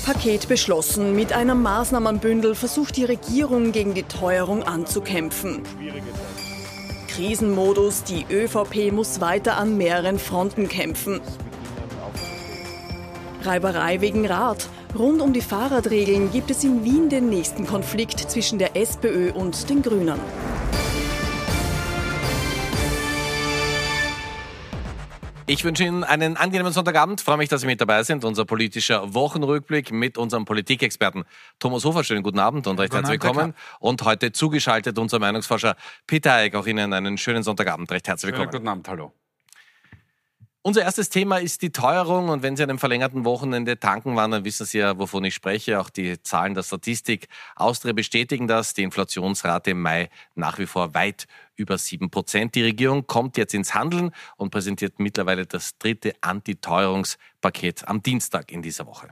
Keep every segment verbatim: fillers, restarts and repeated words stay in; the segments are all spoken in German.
Paket beschlossen. Mit einem Maßnahmenbündel versucht die Regierung gegen die Teuerung anzukämpfen. Krisenmodus, die ÖVP muss weiter an mehreren Fronten kämpfen. Reiberei wegen Rad. Rund um die Fahrradregeln gibt es in Wien den nächsten Konflikt zwischen der SPÖ und den Grünen. Ich wünsche Ihnen einen angenehmen Sonntagabend. Ich freue mich, dass Sie mit dabei sind. Unser politischer Wochenrückblick mit unserem Politikexperten Thomas Hofer. Schönen guten Abend und recht herzlich willkommen. Und heute zugeschaltet unser Meinungsforscher Peter Eick. Auch Ihnen einen schönen Sonntagabend. Recht herzlich willkommen. Schönen guten Abend, hallo. Unser erstes Thema ist die Teuerung und wenn Sie an einem verlängerten Wochenende tanken waren, dann wissen Sie ja, wovon ich spreche. Auch die Zahlen der Statistik Austria bestätigen das. Die Inflationsrate im Mai nach wie vor weit über sieben Prozent. Die Regierung kommt jetzt ins Handeln und präsentiert mittlerweile das dritte Antiteuerungspaket am Dienstag in dieser Woche.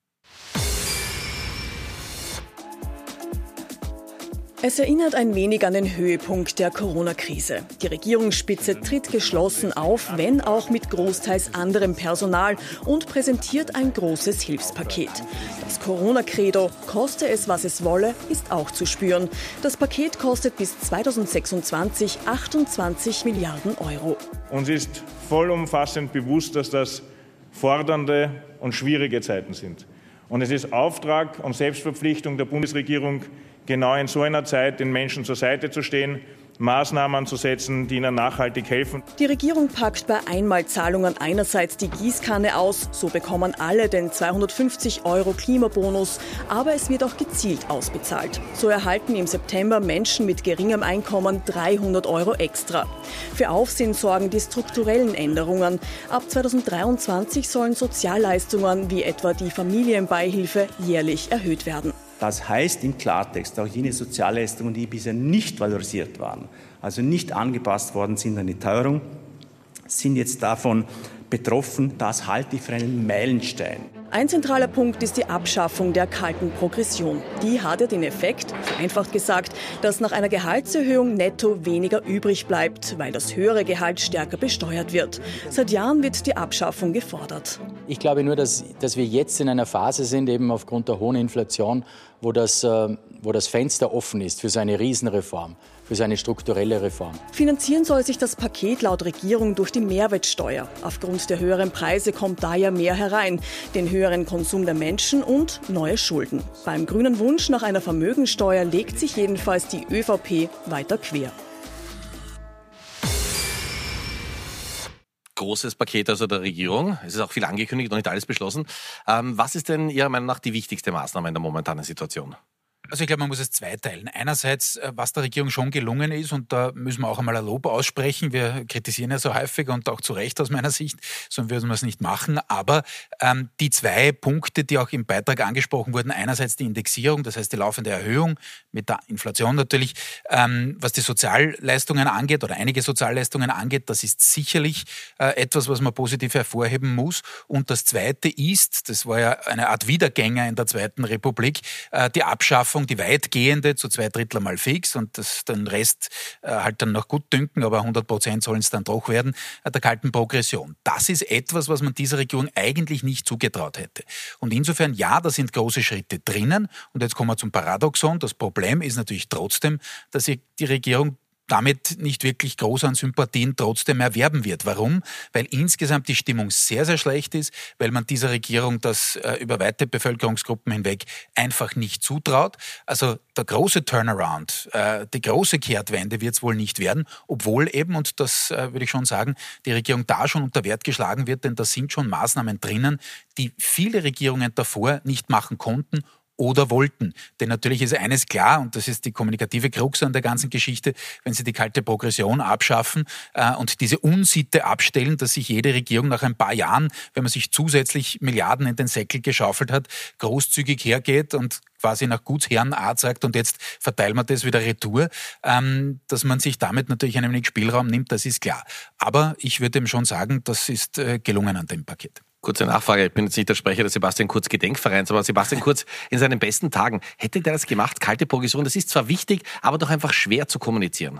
Es erinnert ein wenig an den Höhepunkt der Corona-Krise. Die Regierungsspitze tritt geschlossen auf, wenn auch mit großteils anderem Personal und präsentiert ein großes Hilfspaket. Das Corona-Credo, koste es, was es wolle, ist auch zu spüren. Das Paket kostet bis zweitausendsechsundzwanzig achtundzwanzig Milliarden Euro. Uns ist vollumfassend bewusst, dass das fordernde und schwierige Zeiten sind. Und es ist Auftrag und Selbstverpflichtung der Bundesregierung, genau in so einer Zeit den Menschen zur Seite zu stehen, Maßnahmen zu setzen, die ihnen nachhaltig helfen. Die Regierung packt bei Einmalzahlungen einerseits die Gießkanne aus, so bekommen alle den zweihundertfünfzig Euro Klimabonus, aber es wird auch gezielt ausbezahlt. So erhalten im September Menschen mit geringem Einkommen dreihundert Euro extra. Für Aufsehen sorgen die strukturellen Änderungen. Ab zweitausenddreiundzwanzig sollen Sozialleistungen wie etwa die Familienbeihilfe jährlich erhöht werden. Das heißt im Klartext, auch jene Sozialleistungen, die bisher nicht valorisiert waren, also nicht angepasst worden sind an die Teuerung, sind jetzt davon betroffen. Das halte ich für einen Meilenstein. Ein zentraler Punkt ist die Abschaffung der kalten Progression. Die hatte den Effekt, vereinfacht gesagt, dass nach einer Gehaltserhöhung netto weniger übrig bleibt, weil das höhere Gehalt stärker besteuert wird. Seit Jahren wird die Abschaffung gefordert. Ich glaube nur, dass, dass wir jetzt in einer Phase sind, eben aufgrund der hohen Inflation, wo das, äh, wo das Fenster offen ist für so eine Riesenreform, für so eine strukturelle Reform. Finanzieren soll sich das Paket laut Regierung durch die Mehrwertsteuer. Aufgrund der höheren Preise kommt da ja mehr herein, den höheren Konsum der Menschen und neue Schulden. Beim grünen Wunsch nach einer Vermögensteuer legt sich jedenfalls die ÖVP weiter quer. Großes Paket also der Regierung. Es ist auch viel angekündigt, noch nicht alles beschlossen. Ähm, was ist denn Ihrer Meinung nach die wichtigste Maßnahme in der momentanen Situation? Also ich glaube, man muss es zweiteilen. Einerseits, was der Regierung schon gelungen ist, und da müssen wir auch einmal ein Lob aussprechen. Wir kritisieren ja so häufig und auch zu Recht aus meiner Sicht, sonst würden wir es nicht machen. Aber ähm, die zwei Punkte, die auch im Beitrag angesprochen wurden, einerseits die Indexierung, das heißt die laufende Erhöhung mit der Inflation natürlich, ähm, was die Sozialleistungen angeht oder einige Sozialleistungen angeht, das ist sicherlich äh, etwas, was man positiv hervorheben muss. Und das Zweite ist, das war ja eine Art Wiedergänger in der Zweiten Republik, äh, die Abschaffung, die weitgehende, zu zwei Drittel mal fix und das, den Rest äh, halt dann noch gut dünken, aber hundert Prozent sollen es dann doch werden, äh, der kalten Progression. Das ist etwas, was man dieser Regierung eigentlich nicht zugetraut hätte. Und insofern, ja, da sind große Schritte drinnen. Und jetzt kommen wir zum Paradoxon. Das Problem ist natürlich trotzdem, dass die Regierung damit nicht wirklich groß an Sympathien trotzdem erwerben wird. Warum? Weil insgesamt die Stimmung sehr, sehr schlecht ist, weil man dieser Regierung das äh, über weite Bevölkerungsgruppen hinweg einfach nicht zutraut. Also der große Turnaround, äh, die große Kehrtwende wird es wohl nicht werden, obwohl eben, und das äh, würde ich schon sagen, die Regierung da schon unter Wert geschlagen wird, denn da sind schon Maßnahmen drinnen, die viele Regierungen davor nicht machen konnten oder wollten. Denn natürlich ist eines klar, und das ist die kommunikative Krux an der ganzen Geschichte, wenn Sie die kalte Progression abschaffen äh, und diese Unsitte abstellen, dass sich jede Regierung nach ein paar Jahren, wenn man sich zusätzlich Milliarden in den Säckel geschaufelt hat, großzügig hergeht und quasi nach Gutsherrenart sagt, und jetzt verteilen wir das wieder retour, ähm, dass man sich damit natürlich ein wenig Spielraum nimmt, das ist klar. Aber ich würde eben schon sagen, das ist äh, gelungen an dem Paket. Kurze Nachfrage, ich bin jetzt nicht der Sprecher des Sebastian Kurz Gedenkvereins, aber Sebastian Kurz in seinen besten Tagen, hätte der das gemacht? Kalte Progression, das ist zwar wichtig, aber doch einfach schwer zu kommunizieren. Ja,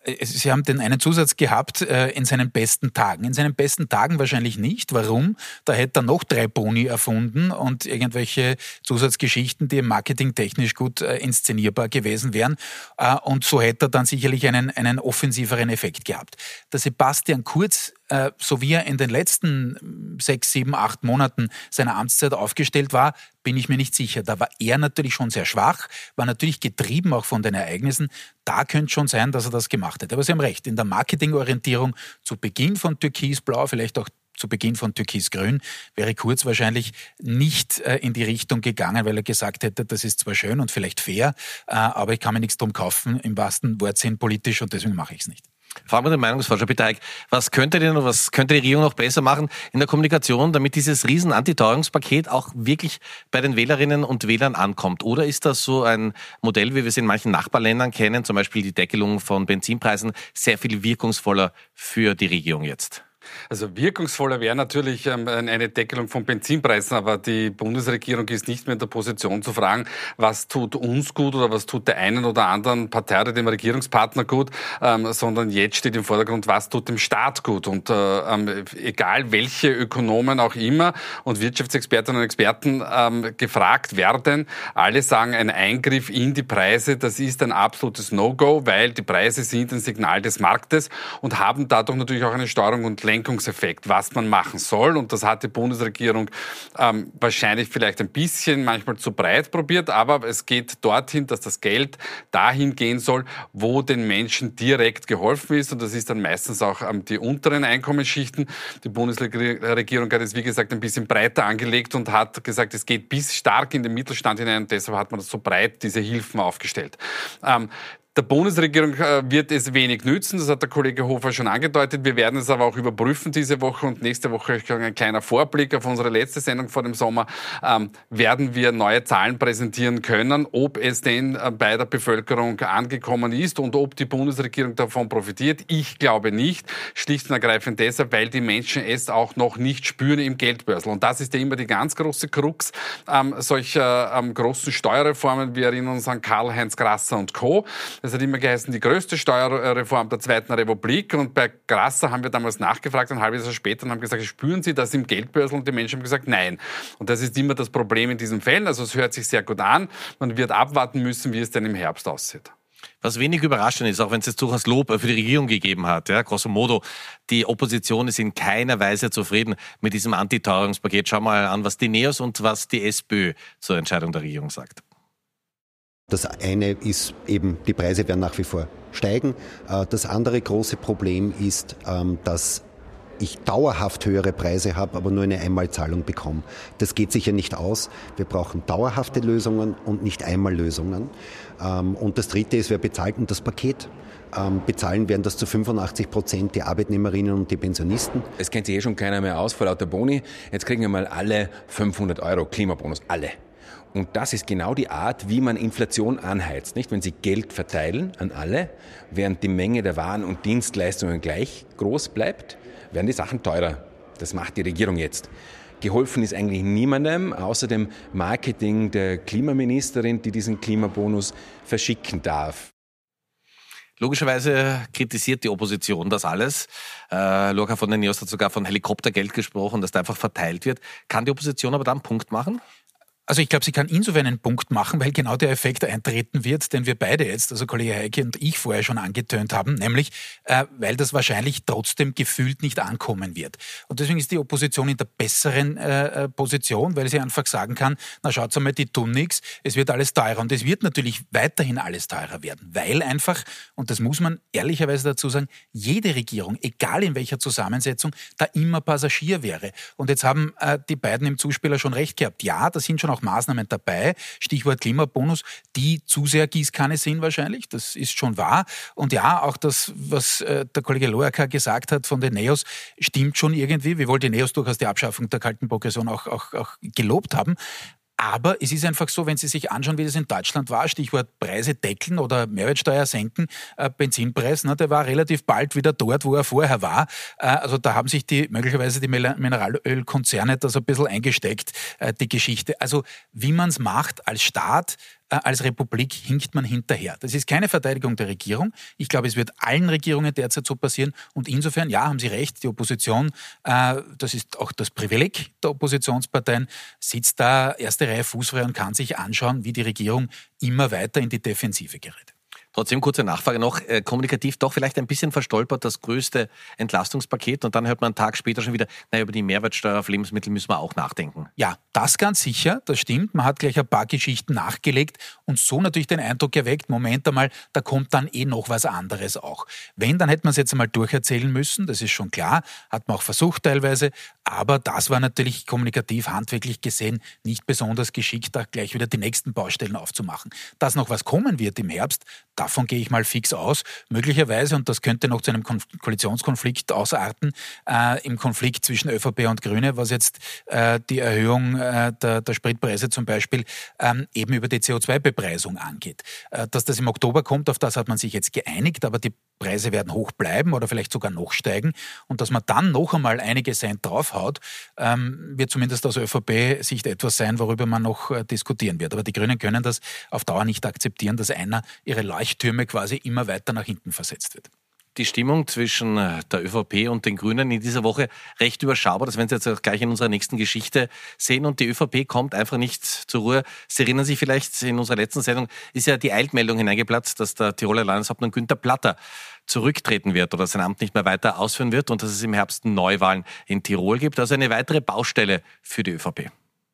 Sie haben den einen Zusatz gehabt, äh, in seinen besten Tagen. In seinen besten Tagen wahrscheinlich nicht. Warum? Da hätte er noch drei Boni erfunden und irgendwelche Zusatzgeschichten, die marketingtechnisch gut äh, inszenierbar gewesen wären. Äh, und so hätte er dann sicherlich einen, einen offensiveren Effekt gehabt. Der Sebastian Kurz, äh, so wie er in den letzten sechs, sieben, acht Monaten seiner Amtszeit aufgestellt war, bin ich mir nicht sicher. Da war er natürlich schon sehr schwach, war natürlich getrieben auch von den Ereignissen. Da könnte schon sein, dass er das gemacht hätte. Aber Sie haben recht, in der Marketingorientierung zu Beginn von Türkisblau, vielleicht auch zu Beginn von Türkisgrün, wäre Kurz wahrscheinlich nicht äh, in die Richtung gegangen, weil er gesagt hätte, das ist zwar schön und vielleicht fair, äh, aber ich kann mir nichts drum kaufen, im wahrsten Wortsinn politisch, und deswegen mache ich es nicht. Fragen wir den Meinungsforscher Peter Eick. Was könnte denn, was könnte die Regierung noch besser machen in der Kommunikation, damit dieses riesen Antiteuerungspaket auch wirklich bei den Wählerinnen und Wählern ankommt? Oder ist das so ein Modell, wie wir es in manchen Nachbarländern kennen, zum Beispiel die Deckelung von Benzinpreisen, sehr viel wirkungsvoller für die Regierung jetzt? Also wirkungsvoller wäre natürlich ähm, eine Deckelung von Benzinpreisen, aber die Bundesregierung ist nicht mehr in der Position zu fragen, was tut uns gut oder was tut der einen oder anderen Partei oder dem Regierungspartner gut, ähm, sondern jetzt steht im Vordergrund, was tut dem Staat gut. Und äh, ähm, egal welche Ökonomen auch immer und Wirtschaftsexpertinnen und Experten ähm, gefragt werden, alle sagen, ein Eingriff in die Preise, das ist ein absolutes No-Go, weil die Preise sind ein Signal des Marktes und haben dadurch natürlich auch eine Steuerung und Lenkungseffekt, was man machen soll. Und das hat die Bundesregierung ähm, wahrscheinlich vielleicht ein bisschen, manchmal zu breit probiert, aber es geht dorthin, dass das Geld dahin gehen soll, wo den Menschen direkt geholfen ist. Und das ist dann meistens auch ähm, die unteren Einkommensschichten. Die Bundesregierung hat es, wie gesagt, ein bisschen breiter angelegt und hat gesagt, es geht bis stark in den Mittelstand hinein. Und deshalb hat man das so breit, diese Hilfen aufgestellt. Ähm, Der Bundesregierung wird es wenig nützen, das hat der Kollege Hofer schon angedeutet. Wir werden es aber auch überprüfen diese Woche und nächste Woche, ein kleiner Vorblick auf unsere letzte Sendung vor dem Sommer, ähm, werden wir neue Zahlen präsentieren können, ob es denn bei der Bevölkerung angekommen ist und ob die Bundesregierung davon profitiert. Ich glaube nicht, schlicht und ergreifend deshalb, weil die Menschen es auch noch nicht spüren im Geldbörsel. Und das ist ja immer die ganz große Krux ähm, solcher ähm, großen Steuerreformen. Wir erinnern uns an Karl-Heinz Grasser und Co. Es hat immer geheißen, die größte Steuerreform der Zweiten Republik. Und bei Grasser haben wir damals nachgefragt, ein halbes Jahr später, und haben gesagt, spüren Sie das im Geldbörsel? Und die Menschen haben gesagt, nein. Und das ist immer das Problem in diesen Fällen. Also es hört sich sehr gut an. Man wird abwarten müssen, wie es denn im Herbst aussieht. Was wenig überraschend ist, auch wenn es jetzt durchaus Lob für die Regierung gegeben hat, ja, grosso modo, die Opposition ist in keiner Weise zufrieden mit diesem Antiteuerungspaket. Schauen wir mal an, was die NEOS und was die SPÖ zur Entscheidung der Regierung sagt. Das eine ist eben, die Preise werden nach wie vor steigen. Das andere große Problem ist, dass ich dauerhaft höhere Preise habe, aber nur eine Einmalzahlung bekomme. Das geht sicher nicht aus. Wir brauchen dauerhafte Lösungen und nicht Einmallösungen. Und das dritte ist, wer bezahlt denn das Paket? Bezahlen werden das zu fünfundachtzig Prozent die Arbeitnehmerinnen und die Pensionisten. Es kennt sich eh schon keiner mehr aus vor lauter Boni. Jetzt kriegen wir mal alle fünfhundert Euro Klimabonus, alle. Und das ist genau die Art, wie man Inflation anheizt. Nicht? Wenn Sie Geld verteilen an alle, während die Menge der Waren und Dienstleistungen gleich groß bleibt, werden die Sachen teurer. Das macht die Regierung jetzt. Geholfen ist eigentlich niemandem, außer dem Marketing der Klimaministerin, die diesen Klimabonus verschicken darf. Logischerweise kritisiert die Opposition das alles. Äh, Lorca von den NEOS hat sogar von Helikoptergeld gesprochen, das da einfach verteilt wird. Kann die Opposition aber da einen Punkt machen? Also ich glaube, sie kann insofern einen Punkt machen, weil genau der Effekt eintreten wird, den wir beide jetzt, also Kollege Heike und ich vorher schon angetönt haben, nämlich äh, weil das wahrscheinlich trotzdem gefühlt nicht ankommen wird. Und deswegen ist die Opposition in der besseren äh, Position, weil sie einfach sagen kann, na schaut's einmal, die tun nichts, es wird alles teurer. Und es wird natürlich weiterhin alles teurer werden, weil einfach, und das muss man ehrlicherweise dazu sagen, jede Regierung, egal in welcher Zusammensetzung, da immer Passagier wäre. Und jetzt haben äh, die beiden im Zuspieler schon recht gehabt. Ja, da sind schon auch Maßnahmen dabei, Stichwort Klimabonus, die zu sehr Gießkanne sind wahrscheinlich, das ist schon wahr. Und ja, auch das, was äh, der Kollege Lorca gesagt hat von den NEOS, stimmt schon irgendwie. Wir wollen die NEOS durchaus die Abschaffung der kalten Progression auch, auch, auch gelobt haben. Aber es ist einfach so, wenn Sie sich anschauen, wie das in Deutschland war, Stichwort Preise deckeln oder Mehrwertsteuer senken, äh, Benzinpreis, ne, der war relativ bald wieder dort, wo er vorher war. Äh, also da haben sich die möglicherweise die Mineralölkonzerne das ein bisschen eingesteckt, äh, die Geschichte. Also wie man es macht als Staat, äh, als Republik hinkt man hinterher. Das ist keine Verteidigung der Regierung. Ich glaube, es wird allen Regierungen derzeit so passieren. Und insofern, ja, haben Sie recht, die Opposition, äh, das ist auch das Privileg der Oppositionsparteien, sitzt da erste Reihe fußfrei und kann sich anschauen, wie die Regierung immer weiter in die Defensive gerät. Trotzdem kurze Nachfrage noch, äh, kommunikativ doch vielleicht ein bisschen verstolpert, das größte Entlastungspaket und dann hört man einen Tag später schon wieder, naja, über die Mehrwertsteuer auf Lebensmittel müssen wir auch nachdenken. Ja, das ganz sicher, das stimmt. Man hat gleich ein paar Geschichten nachgelegt und so natürlich den Eindruck erweckt, Moment einmal, da kommt dann eh noch was anderes auch. Wenn, dann hätte man es jetzt einmal durcherzählen müssen, das ist schon klar, hat man auch versucht teilweise, aber das war natürlich kommunikativ, handwerklich gesehen nicht besonders geschickt, da gleich wieder die nächsten Baustellen aufzumachen. Dass noch was kommen wird im Herbst, davon gehe ich mal fix aus. Möglicherweise, und das könnte noch zu einem Konf- Koalitionskonflikt ausarten, äh, im Konflikt zwischen ÖVP und Grüne, was jetzt äh, die Erhöhung äh, der, der Spritpreise zum Beispiel ähm, eben über die C O zwei Bepreisung angeht. Äh, dass das im Oktober kommt, auf das hat man sich jetzt geeinigt, aber die Preise werden hoch bleiben oder vielleicht sogar noch steigen. Und dass man dann noch einmal einige Cent draufhaut, ähm, wird zumindest aus ÖVP-Sicht etwas sein, worüber man noch äh, diskutieren wird. Aber die Grünen können das auf Dauer nicht akzeptieren, dass einer ihre Leuchttürme quasi immer weiter nach hinten versetzt wird. Die Stimmung zwischen der ÖVP und den Grünen in dieser Woche recht überschaubar. Das werden Sie jetzt auch gleich in unserer nächsten Geschichte sehen. Und die ÖVP kommt einfach nicht zur Ruhe. Sie erinnern sich vielleicht, in unserer letzten Sendung ist ja die Eilmeldung hineingeplatzt, dass der Tiroler Landeshauptmann Günther Platter zurücktreten wird oder sein Amt nicht mehr weiter ausführen wird und dass es im Herbst Neuwahlen in Tirol gibt. Also eine weitere Baustelle für die ÖVP.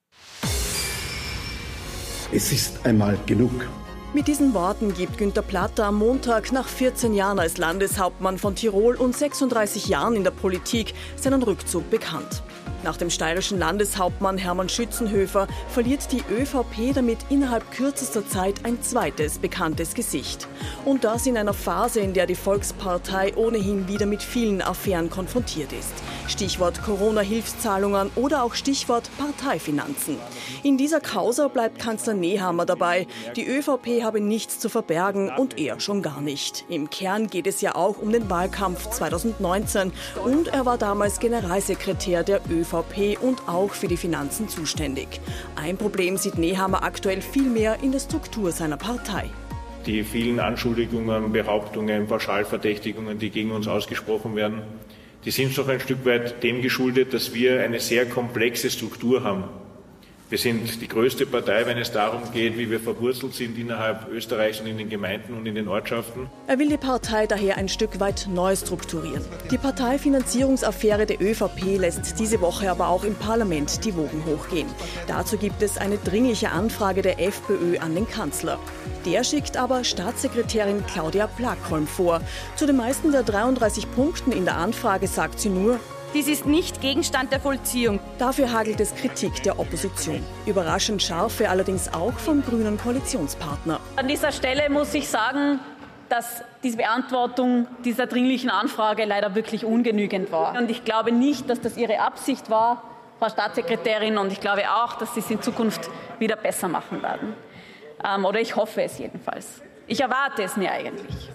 Es ist einmal genug. Mit diesen Worten gibt Günther Platter am Montag nach vierzehn Jahren als Landeshauptmann von Tirol und sechsunddreißig Jahren in der Politik seinen Rückzug bekannt. Nach dem steirischen Landeshauptmann Hermann Schützenhöfer verliert die ÖVP damit innerhalb kürzester Zeit ein zweites bekanntes Gesicht. Und das in einer Phase, in der die Volkspartei ohnehin wieder mit vielen Affären konfrontiert ist. Stichwort Corona-Hilfszahlungen oder auch Stichwort Parteifinanzen. In dieser Causa bleibt Kanzler Nehammer dabei. Die ÖVP habe nichts zu verbergen und er schon gar nicht. Im Kern geht es ja auch um den Wahlkampf zweitausendneunzehn und er war damals Generalsekretär der ÖVP und auch für die Finanzen zuständig. Ein Problem sieht Nehammer aktuell vielmehr in der Struktur seiner Partei. Die vielen Anschuldigungen, Behauptungen, Pauschalverdächtigungen, die gegen uns ausgesprochen werden, die sind doch ein Stück weit dem geschuldet, dass wir eine sehr komplexe Struktur haben. Wir sind die größte Partei, wenn es darum geht, wie wir verwurzelt sind innerhalb Österreichs und in den Gemeinden und in den Ortschaften. Er will die Partei daher ein Stück weit neu strukturieren. Die Parteifinanzierungsaffäre der ÖVP lässt diese Woche aber auch im Parlament die Wogen hochgehen. Dazu gibt es eine dringliche Anfrage der FPÖ an den Kanzler. Der schickt aber Staatssekretärin Claudia Plagholm vor. Zu den meisten der dreiunddreißig Punkten in der Anfrage sagt sie nur: Dies ist nicht Gegenstand der Vollziehung. Dafür hagelt es Kritik der Opposition. Überraschend scharfe allerdings auch vom grünen Koalitionspartner. An dieser Stelle muss ich sagen, dass die Beantwortung dieser dringlichen Anfrage leider wirklich ungenügend war. Und ich glaube nicht, dass das Ihre Absicht war, Frau Staatssekretärin. Und ich glaube auch, dass Sie es in Zukunft wieder besser machen werden. Ähm, oder ich hoffe es jedenfalls. Ich erwarte es mir eigentlich.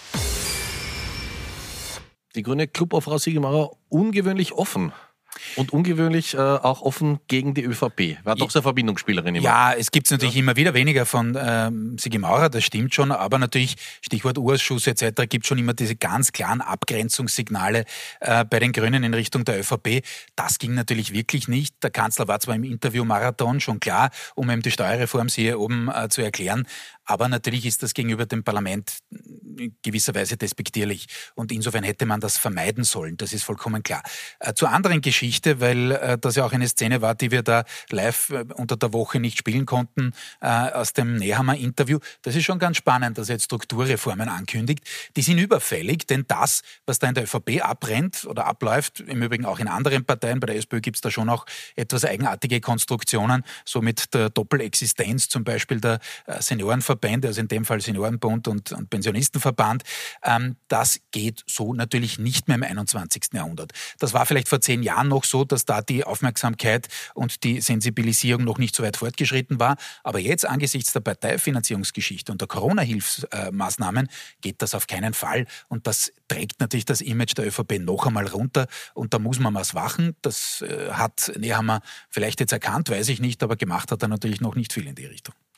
Die grüne Clubobfrau Siegemauer ungewöhnlich offen. Und ungewöhnlich äh, auch offen gegen die ÖVP. War doch so eine Verbindungsspielerin immer. Ja, es gibt natürlich ja. immer wieder weniger von ähm, Sigi Maurer, das stimmt schon, aber natürlich, Stichwort U-Ausschuss et cetera, gibt schon immer diese ganz klaren Abgrenzungssignale äh, bei den Grünen in Richtung der ÖVP. Das ging natürlich wirklich nicht. Der Kanzler war zwar im Interview-Marathon, schon klar, um eben die Steuerreform hier oben äh, zu erklären, aber natürlich ist das gegenüber dem Parlament in gewisser Weise despektierlich. Und insofern hätte man das vermeiden sollen. Das ist vollkommen klar. Äh, zur anderen Geschichte, weil äh, das ja auch eine Szene war, die wir da live äh, unter der Woche nicht spielen konnten, äh, aus dem Nehammer-Interview. Das ist schon ganz spannend, dass er jetzt Strukturreformen ankündigt. Die sind überfällig, denn das, was da in der ÖVP abbrennt oder abläuft, im Übrigen auch in anderen Parteien, bei der SPÖ gibt es da schon auch etwas eigenartige Konstruktionen, so mit der Doppelexistenz zum Beispiel der äh, Seniorenverbände, also in dem Fall Seniorenbund und, und Pensionistenverband. Ähm, das geht so natürlich nicht mehr im einundzwanzigsten Jahrhundert. Das war vielleicht vor zehn Jahren noch so, dass da die Aufmerksamkeit und die Sensibilisierung noch nicht so weit fortgeschritten war. Aber jetzt angesichts der Parteifinanzierungsgeschichte und der Corona-Hilfsmaßnahmen geht das auf keinen Fall. Und das trägt natürlich das Image der ÖVP noch einmal runter. Und da muss man was machen. Das äh, hat Nehammer vielleicht jetzt erkannt, weiß ich nicht, aber gemacht hat er natürlich noch nicht viel in die Richtung.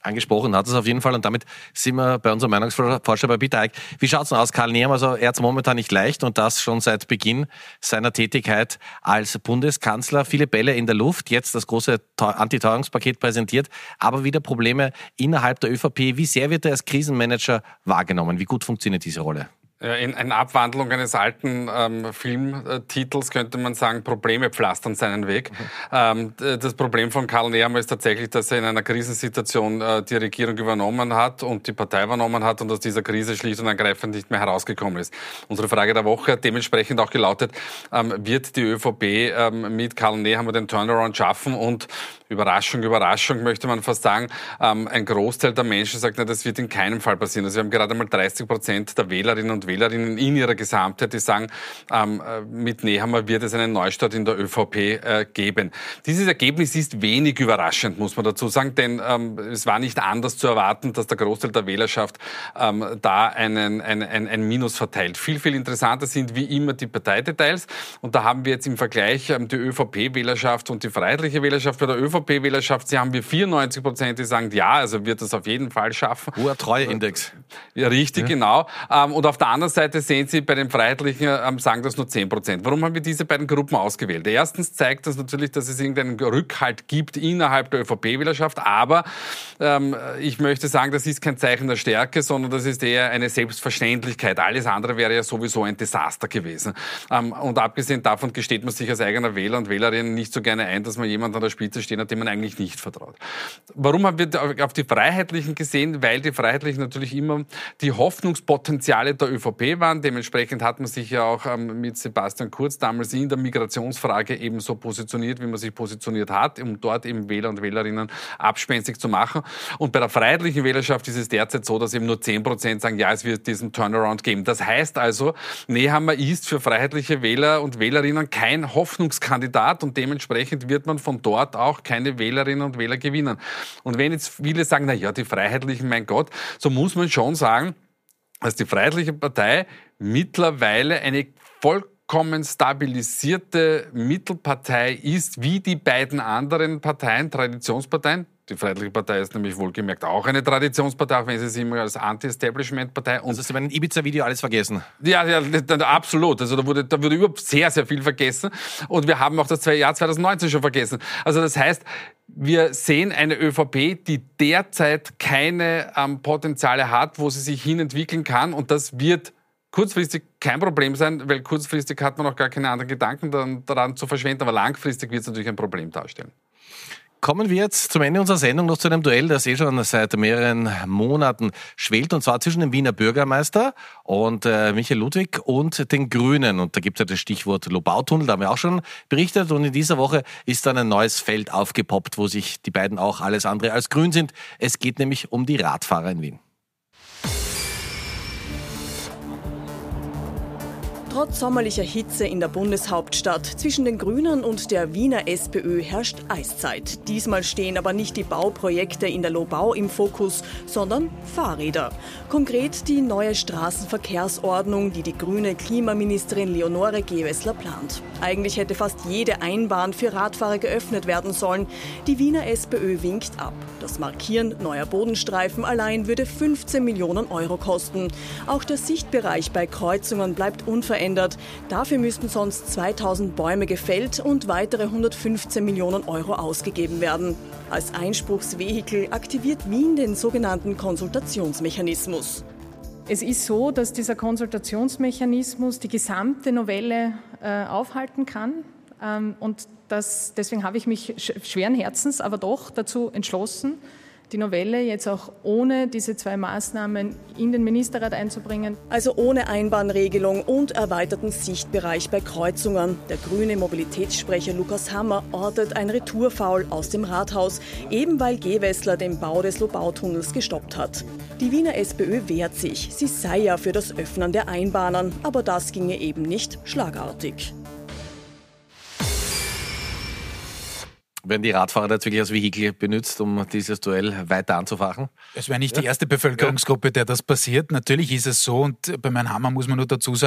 Angesprochen hat es auf jeden Fall und damit sind wir bei unserem Meinungsforscher bei Peter Eick. Wie schaut es denn aus, Karl Nehammer? Also er hat es momentan nicht leicht und das schon seit Beginn seiner Tätigkeit als Bundeskanzler. Viele Bälle in der Luft, jetzt das große Antiteuerungspaket präsentiert, aber wieder Probleme innerhalb der ÖVP. Wie sehr wird er als Krisenmanager wahrgenommen? Wie gut funktioniert diese Rolle? In einer Abwandlung eines alten ähm, Filmtitels könnte man sagen, Probleme pflastern seinen Weg. Mhm. Ähm, das Problem von Karl Nehammer ist tatsächlich, dass er in einer Krisensituation äh, die Regierung übernommen hat und die Partei übernommen hat und aus dieser Krise schlicht und ergreifend nicht mehr herausgekommen ist. Unsere Frage der Woche hat dementsprechend auch gelautet, ähm, wird die ÖVP ähm, mit Karl Nehammer den Turnaround schaffen? Und Überraschung, Überraschung möchte man fast sagen, ähm, ein Großteil der Menschen sagt, na, das wird in keinem Fall passieren. Also wir haben gerade mal dreißig Prozent der Wählerinnen und Wählerinnen in ihrer Gesamtheit, die sagen, ähm, mit Nehammer wird es einen Neustart in der ÖVP äh, geben. Dieses Ergebnis ist wenig überraschend, muss man dazu sagen, denn ähm, es war nicht anders zu erwarten, dass der Großteil der Wählerschaft ähm, da einen, ein, ein, ein Minus verteilt. Viel, viel interessanter sind wie immer die Parteidetails und da haben wir jetzt im Vergleich ähm, die ÖVP-Wählerschaft und die Freiheitliche Wählerschaft. Bei der ÖVP-Wählerschaft, sie haben wir vierundneunzig Prozent, die sagen, ja, also wird das auf jeden Fall schaffen. Hoher Treueindex. Ja, richtig, ja. Genau. Ähm, und auf der anderen Seite sehen Sie, bei den Freiheitlichen ähm, sagen das nur zehn Prozent. Warum haben wir diese beiden Gruppen ausgewählt? Erstens zeigt das natürlich, dass es irgendeinen Rückhalt gibt innerhalb der ÖVP-Wählerschaft, aber ähm, ich möchte sagen, das ist kein Zeichen der Stärke, sondern das ist eher eine Selbstverständlichkeit. Alles andere wäre ja sowieso ein Desaster gewesen. Ähm, und abgesehen davon gesteht man sich als eigener Wähler und Wählerin nicht so gerne ein, dass man jemanden an der Spitze stehen hat, dem man eigentlich nicht vertraut. Warum haben wir auf die Freiheitlichen gesehen? Weil die Freiheitlichen natürlich immer die Hoffnungspotenziale der ÖVP waren. Dementsprechend hat man sich ja auch ähm, mit Sebastian Kurz damals in der Migrationsfrage eben so positioniert, wie man sich positioniert hat, um dort eben Wähler und Wählerinnen abspenstig zu machen. Und bei der Freiheitlichen Wählerschaft ist es derzeit so, dass eben nur zehn Prozent sagen, ja, es wird diesen Turnaround geben. Das heißt also, Nehammer ist für freiheitliche Wähler und Wählerinnen kein Hoffnungskandidat und dementsprechend wird man von dort auch keine Wählerinnen und Wähler gewinnen. Und wenn jetzt viele sagen, na ja, die Freiheitlichen, mein Gott, so muss man schon sagen, dass die Freiheitliche Partei mittlerweile eine vollkommen stabilisierte Mittelpartei ist, wie die beiden anderen Parteien, Traditionsparteien. Die Freiheitliche Partei ist nämlich wohlgemerkt auch eine Traditionspartei, auch wenn sie sich immer als Anti-Establishment-Partei... Und also Sie haben ein Ibiza-Video alles vergessen? Ja, ja, absolut. Also da wurde, da wurde überhaupt sehr, sehr viel vergessen. Und wir haben auch das Jahr zwanzig neunzehn schon vergessen. Also das heißt, wir sehen eine ÖVP, die derzeit keine ähm, Potenziale hat, wo sie sich hin entwickeln kann. Und das wird kurzfristig kein Problem sein, weil kurzfristig hat man auch gar keine anderen Gedanken daran, daran zu verschwenden. Aber langfristig wird es natürlich ein Problem darstellen. Kommen wir jetzt zum Ende unserer Sendung noch zu einem Duell, das eh schon seit mehreren Monaten schwelt, und zwar zwischen dem Wiener Bürgermeister und äh, Michael Ludwig und den Grünen. Und da gibt es ja das Stichwort Lobautunnel, da haben wir auch schon berichtet. Und in dieser Woche ist dann ein neues Feld aufgepoppt, wo sich die beiden auch alles andere als grün sind. Es geht nämlich um die Radfahrer in Wien. Trotz sommerlicher Hitze in der Bundeshauptstadt zwischen den Grünen und der Wiener SPÖ herrscht Eiszeit. Diesmal stehen aber nicht die Bauprojekte in der Lobau im Fokus, sondern Fahrräder. Konkret die neue Straßenverkehrsordnung, die die grüne Klimaministerin Leonore Gewessler plant. Eigentlich hätte fast jede Einbahn für Radfahrer geöffnet werden sollen. Die Wiener SPÖ winkt ab. Das Markieren neuer Bodenstreifen allein würde fünfzehn Millionen Euro kosten. Auch der Sichtbereich bei Kreuzungen bleibt unverändert. Dafür müssten sonst zweitausend Bäume gefällt und weitere hundertfünfzehn Millionen Euro ausgegeben werden. Als Einspruchsvehikel aktiviert Wien den sogenannten Konsultationsmechanismus. Es ist so, dass dieser Konsultationsmechanismus die gesamte Novelle äh, aufhalten kann. Ähm, und das, deswegen habe ich mich schweren Herzens, aber doch dazu entschlossen, die Novelle jetzt auch ohne diese zwei Maßnahmen in den Ministerrat einzubringen. Also ohne Einbahnregelung und erweiterten Sichtbereich bei Kreuzungen. Der grüne Mobilitätssprecher Lukas Hammer ortet ein Retourfoul aus dem Rathaus, eben weil Gewessler den Bau des Lobautunnels gestoppt hat. Die Wiener SPÖ wehrt sich. Sie sei ja für das Öffnen der Einbahnen, aber das ginge eben nicht schlagartig. Werden die Radfahrer jetzt wirklich als Vehikel benutzt, um dieses Duell weiter anzufachen? Es wäre nicht ja. die erste Bevölkerungsgruppe, der das passiert. Natürlich ist es so, und bei Herrn Hammer muss man nur dazu sagen,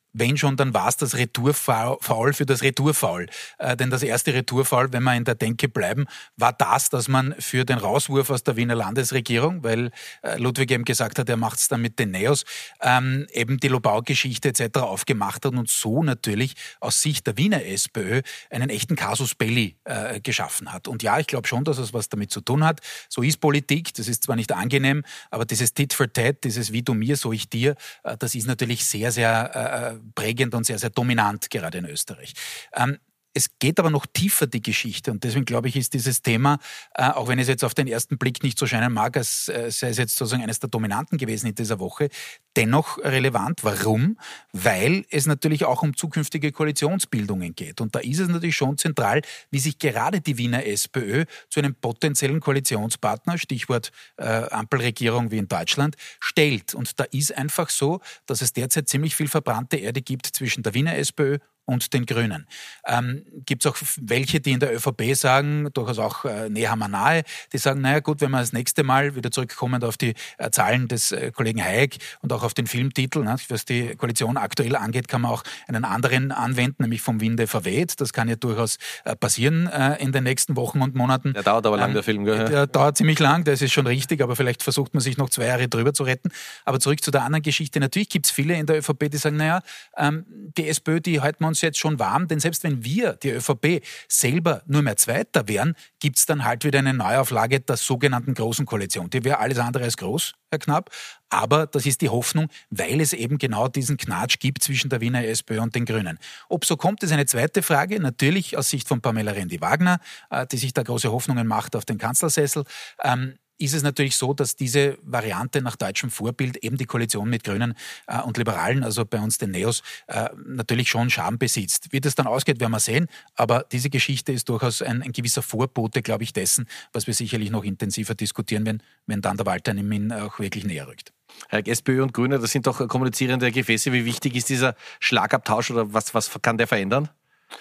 wenn schon, dann war es das Retourfoul für das Retourfoul. Äh, denn das erste Retourfoul, wenn wir in der Denke bleiben, war das, dass man für den Rauswurf aus der Wiener Landesregierung, weil äh, Ludwig eben gesagt hat, er macht es dann mit den Neos, ähm, eben die Lobau-Geschichte et cetera aufgemacht hat und so natürlich aus Sicht der Wiener SPÖ einen echten Casus Belli äh, geschaffen hat. Und ja, ich glaube schon, dass es was damit zu tun hat. So ist Politik, das ist zwar nicht angenehm, aber dieses Tit for Tat, dieses wie du mir, so ich dir, äh, das ist natürlich sehr, sehr äh, prägend und sehr, sehr dominant, gerade in Österreich. Ähm, Es geht aber noch tiefer, die Geschichte. Und deswegen glaube ich, ist dieses Thema, äh, auch wenn es jetzt auf den ersten Blick nicht so scheinen mag, als äh, sei es jetzt sozusagen eines der Dominanten gewesen in dieser Woche, dennoch relevant. Warum? Weil es natürlich auch um zukünftige Koalitionsbildungen geht. Und da ist es natürlich schon zentral, wie sich gerade die Wiener SPÖ zu einem potenziellen Koalitionspartner, Stichwort äh, Ampelregierung wie in Deutschland, stellt. Und da ist einfach so, dass es derzeit ziemlich viel verbrannte Erde gibt zwischen der Wiener SPÖ und den Grünen. Ähm, gibt es auch welche, die in der ÖVP sagen, durchaus auch äh, näher haben wir nahe, die sagen, naja gut, wenn wir das nächste Mal wieder zurückkommen auf die äh, Zahlen des äh, Kollegen Hayek und auch auf den Filmtitel, ne, was die Koalition aktuell angeht, kann man auch einen anderen anwenden, nämlich vom Winde verweht. Das kann ja durchaus äh, passieren äh, in den nächsten Wochen und Monaten. Der dauert aber lang, ähm, der Film. Gell? Der dauert ziemlich lang, das ist schon richtig, aber vielleicht versucht man sich noch zwei Jahre drüber zu retten. Aber zurück zu der anderen Geschichte. Natürlich gibt es viele in der ÖVP, die sagen, naja, ähm, die SPÖ, die halten wir uns jetzt schon warm, denn selbst wenn wir, die ÖVP, selber nur mehr Zweiter wären, gibt es dann halt wieder eine Neuauflage der sogenannten Großen Koalition. Die wäre alles andere als groß, Herr Knapp, aber das ist die Hoffnung, weil es eben genau diesen Knatsch gibt zwischen der Wiener SPÖ und den Grünen. Ob so kommt, ist eine zweite Frage, natürlich aus Sicht von Pamela Rendi-Wagner, die sich da große Hoffnungen macht auf den Kanzlersessel. Ähm, ist es natürlich so, dass diese Variante nach deutschem Vorbild eben die Koalition mit Grünen äh, und Liberalen, also bei uns den Neos, äh, natürlich schon Charme besitzt. Wie das dann ausgeht, werden wir sehen, aber diese Geschichte ist durchaus ein, ein gewisser Vorbote, glaube ich, dessen, was wir sicherlich noch intensiver diskutieren werden, wenn dann der Walter Niemin auch wirklich näher rückt. Herr SPÖ und Grüne, das sind doch kommunizierende Gefäße. Wie wichtig ist dieser Schlagabtausch oder was, was kann der verändern?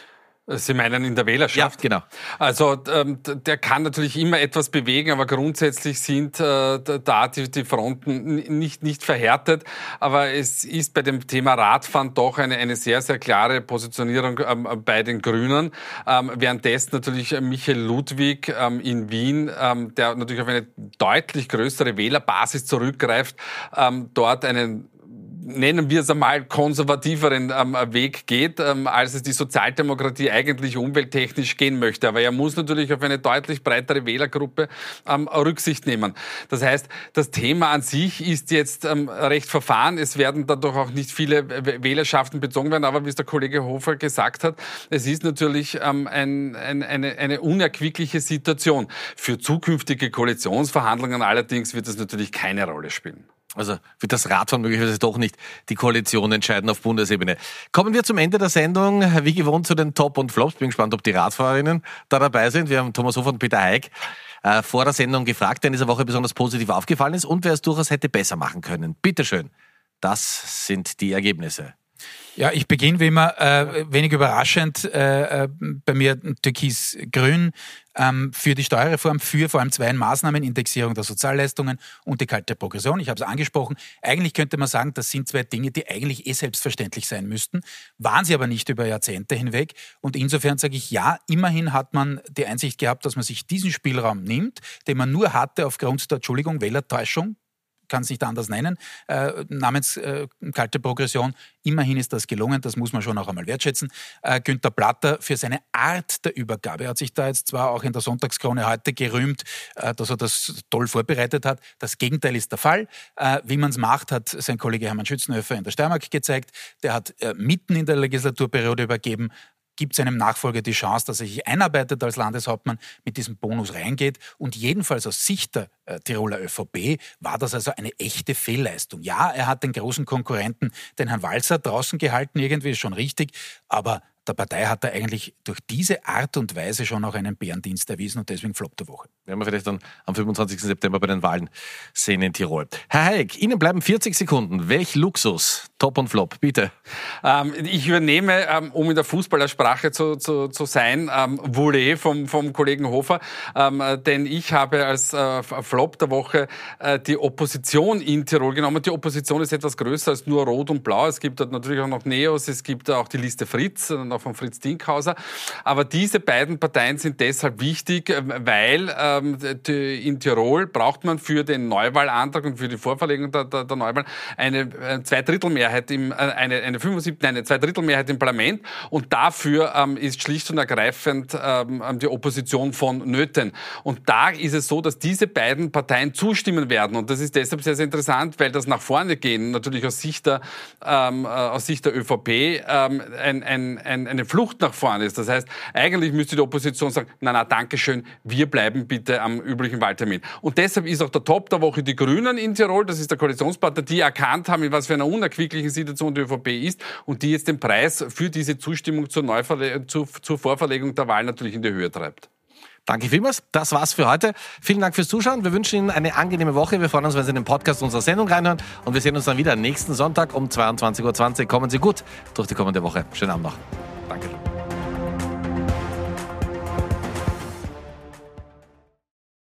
Sie meinen in der Wählerschaft? Ja, genau. Also ähm, der kann natürlich immer etwas bewegen, aber grundsätzlich sind äh, da die, die Fronten nicht, nicht verhärtet. Aber es ist bei dem Thema Radfahren doch eine, eine sehr, sehr klare Positionierung ähm, bei den Grünen. Ähm, währenddessen natürlich Michael Ludwig ähm, in Wien, ähm, der natürlich auf eine deutlich größere Wählerbasis zurückgreift, ähm, dort einen, nennen wir es einmal, konservativeren ähm, Weg geht, ähm, als es die Sozialdemokratie eigentlich umwelttechnisch gehen möchte. Aber er muss natürlich auf eine deutlich breitere Wählergruppe ähm, Rücksicht nehmen. Das heißt, das Thema an sich ist jetzt ähm, recht verfahren. Es werden dadurch auch nicht viele Wählerschaften bezogen werden. Aber wie es der Kollege Hofer gesagt hat, es ist natürlich ähm, ein, ein, eine, eine unerquickliche Situation. Für zukünftige Koalitionsverhandlungen allerdings wird es natürlich keine Rolle spielen. Also wird das Radfahren möglicherweise doch nicht die Koalition entscheiden auf Bundesebene. Kommen wir zum Ende der Sendung, wie gewohnt, zu den Top und Flops. Bin gespannt, ob die Radfahrerinnen da dabei sind. Wir haben Thomas Hofer und Peter Hayek äh, vor der Sendung gefragt, der in dieser Woche besonders positiv aufgefallen ist und wer es durchaus hätte besser machen können. Bitteschön, das sind die Ergebnisse. Ja, ich beginne wie immer äh, wenig überraschend äh, bei mir türkis-grün ähm, für die Steuerreform, für vor allem zwei Maßnahmen, Indexierung der Sozialleistungen und die kalte Progression. Ich habe es angesprochen. Eigentlich könnte man sagen, das sind zwei Dinge, die eigentlich eh selbstverständlich sein müssten, waren sie aber nicht über Jahrzehnte hinweg. Und insofern sage ich, ja, immerhin hat man die Einsicht gehabt, dass man sich diesen Spielraum nimmt, den man nur hatte aufgrund der, Entschuldigung, Wählertäuschung, kann es nicht anders nennen, äh, namens äh, kalte Progression. Immerhin ist das gelungen, das muss man schon auch einmal wertschätzen. Äh, Günther Platter für seine Art der Übergabe hat sich da jetzt zwar auch in der Sonntagskrone heute gerühmt, äh, dass er das toll vorbereitet hat. Das Gegenteil ist der Fall. Äh, wie man es macht, hat sein Kollege Hermann Schützenhöfer in der Steiermark gezeigt. Der hat äh, mitten in der Legislaturperiode übergeben, gibt seinem Nachfolger die Chance, dass er sich einarbeitet als Landeshauptmann, mit diesem Bonus reingeht. Und jedenfalls aus Sicht der äh, Tiroler ÖVP war das also eine echte Fehlleistung. Ja, er hat den großen Konkurrenten, den Herrn Walser, draußen gehalten, irgendwie ist schon richtig, aber der Partei hat er eigentlich durch diese Art und Weise schon auch einen Bärendienst erwiesen und deswegen Flop der Woche. Werden wir vielleicht dann am fünfundzwanzigsten September bei den Wahlen sehen in Tirol. Herr Hayek, Ihnen bleiben vierzig Sekunden. Welch Luxus, Top und Flop, bitte. Ähm, ich übernehme, ähm, um in der Fußballersprache zu, zu, zu sein, ähm, Voulez vom, vom Kollegen Hofer, ähm, denn ich habe als äh, Flop der Woche äh, die Opposition in Tirol genommen. Die Opposition ist etwas größer als nur Rot und Blau. Es gibt dort natürlich auch noch Neos, es gibt auch die Liste Fritz, noch von Fritz Dinkhauser. Aber diese beiden Parteien sind deshalb wichtig, weil ähm, die, in Tirol braucht man für den Neuwahlantrag und für die Vorverlegung der, der, der Neuwahl eine, eine Zweidrittelmehrheit im, eine, eine fünfundsiebzig, nein, eine Zweidrittelmehrheit im Parlament. Und dafür ähm, ist schlicht und ergreifend ähm, die Opposition von Nöten. Und da ist es so, dass diese beiden Parteien zustimmen werden. Und das ist deshalb sehr, sehr interessant, weil das nach vorne gehen natürlich aus Sicht der, ähm, aus Sicht der ÖVP ähm, ein, ein, ein, eine Flucht nach vorne ist. Das heißt, eigentlich müsste die Opposition sagen, na, na, Dankeschön, wir bleiben bitte am üblichen Wahltermin. Und deshalb ist auch der Top der Woche die Grünen in Tirol, das ist der Koalitionspartner, die erkannt haben, in was für einer unerquicklichen Situation die ÖVP ist und die jetzt den Preis für diese Zustimmung zur, Neuverle- zu, zur Vorverlegung der Wahl natürlich in die Höhe treibt. Danke vielmals. Das war's für heute. Vielen Dank fürs Zuschauen. Wir wünschen Ihnen eine angenehme Woche. Wir freuen uns, wenn Sie in den Podcast unserer Sendung reinhören. Und wir sehen uns dann wieder nächsten Sonntag um zweiundzwanzig Uhr zwanzig. Kommen Sie gut durch die kommende Woche. Schönen Abend noch.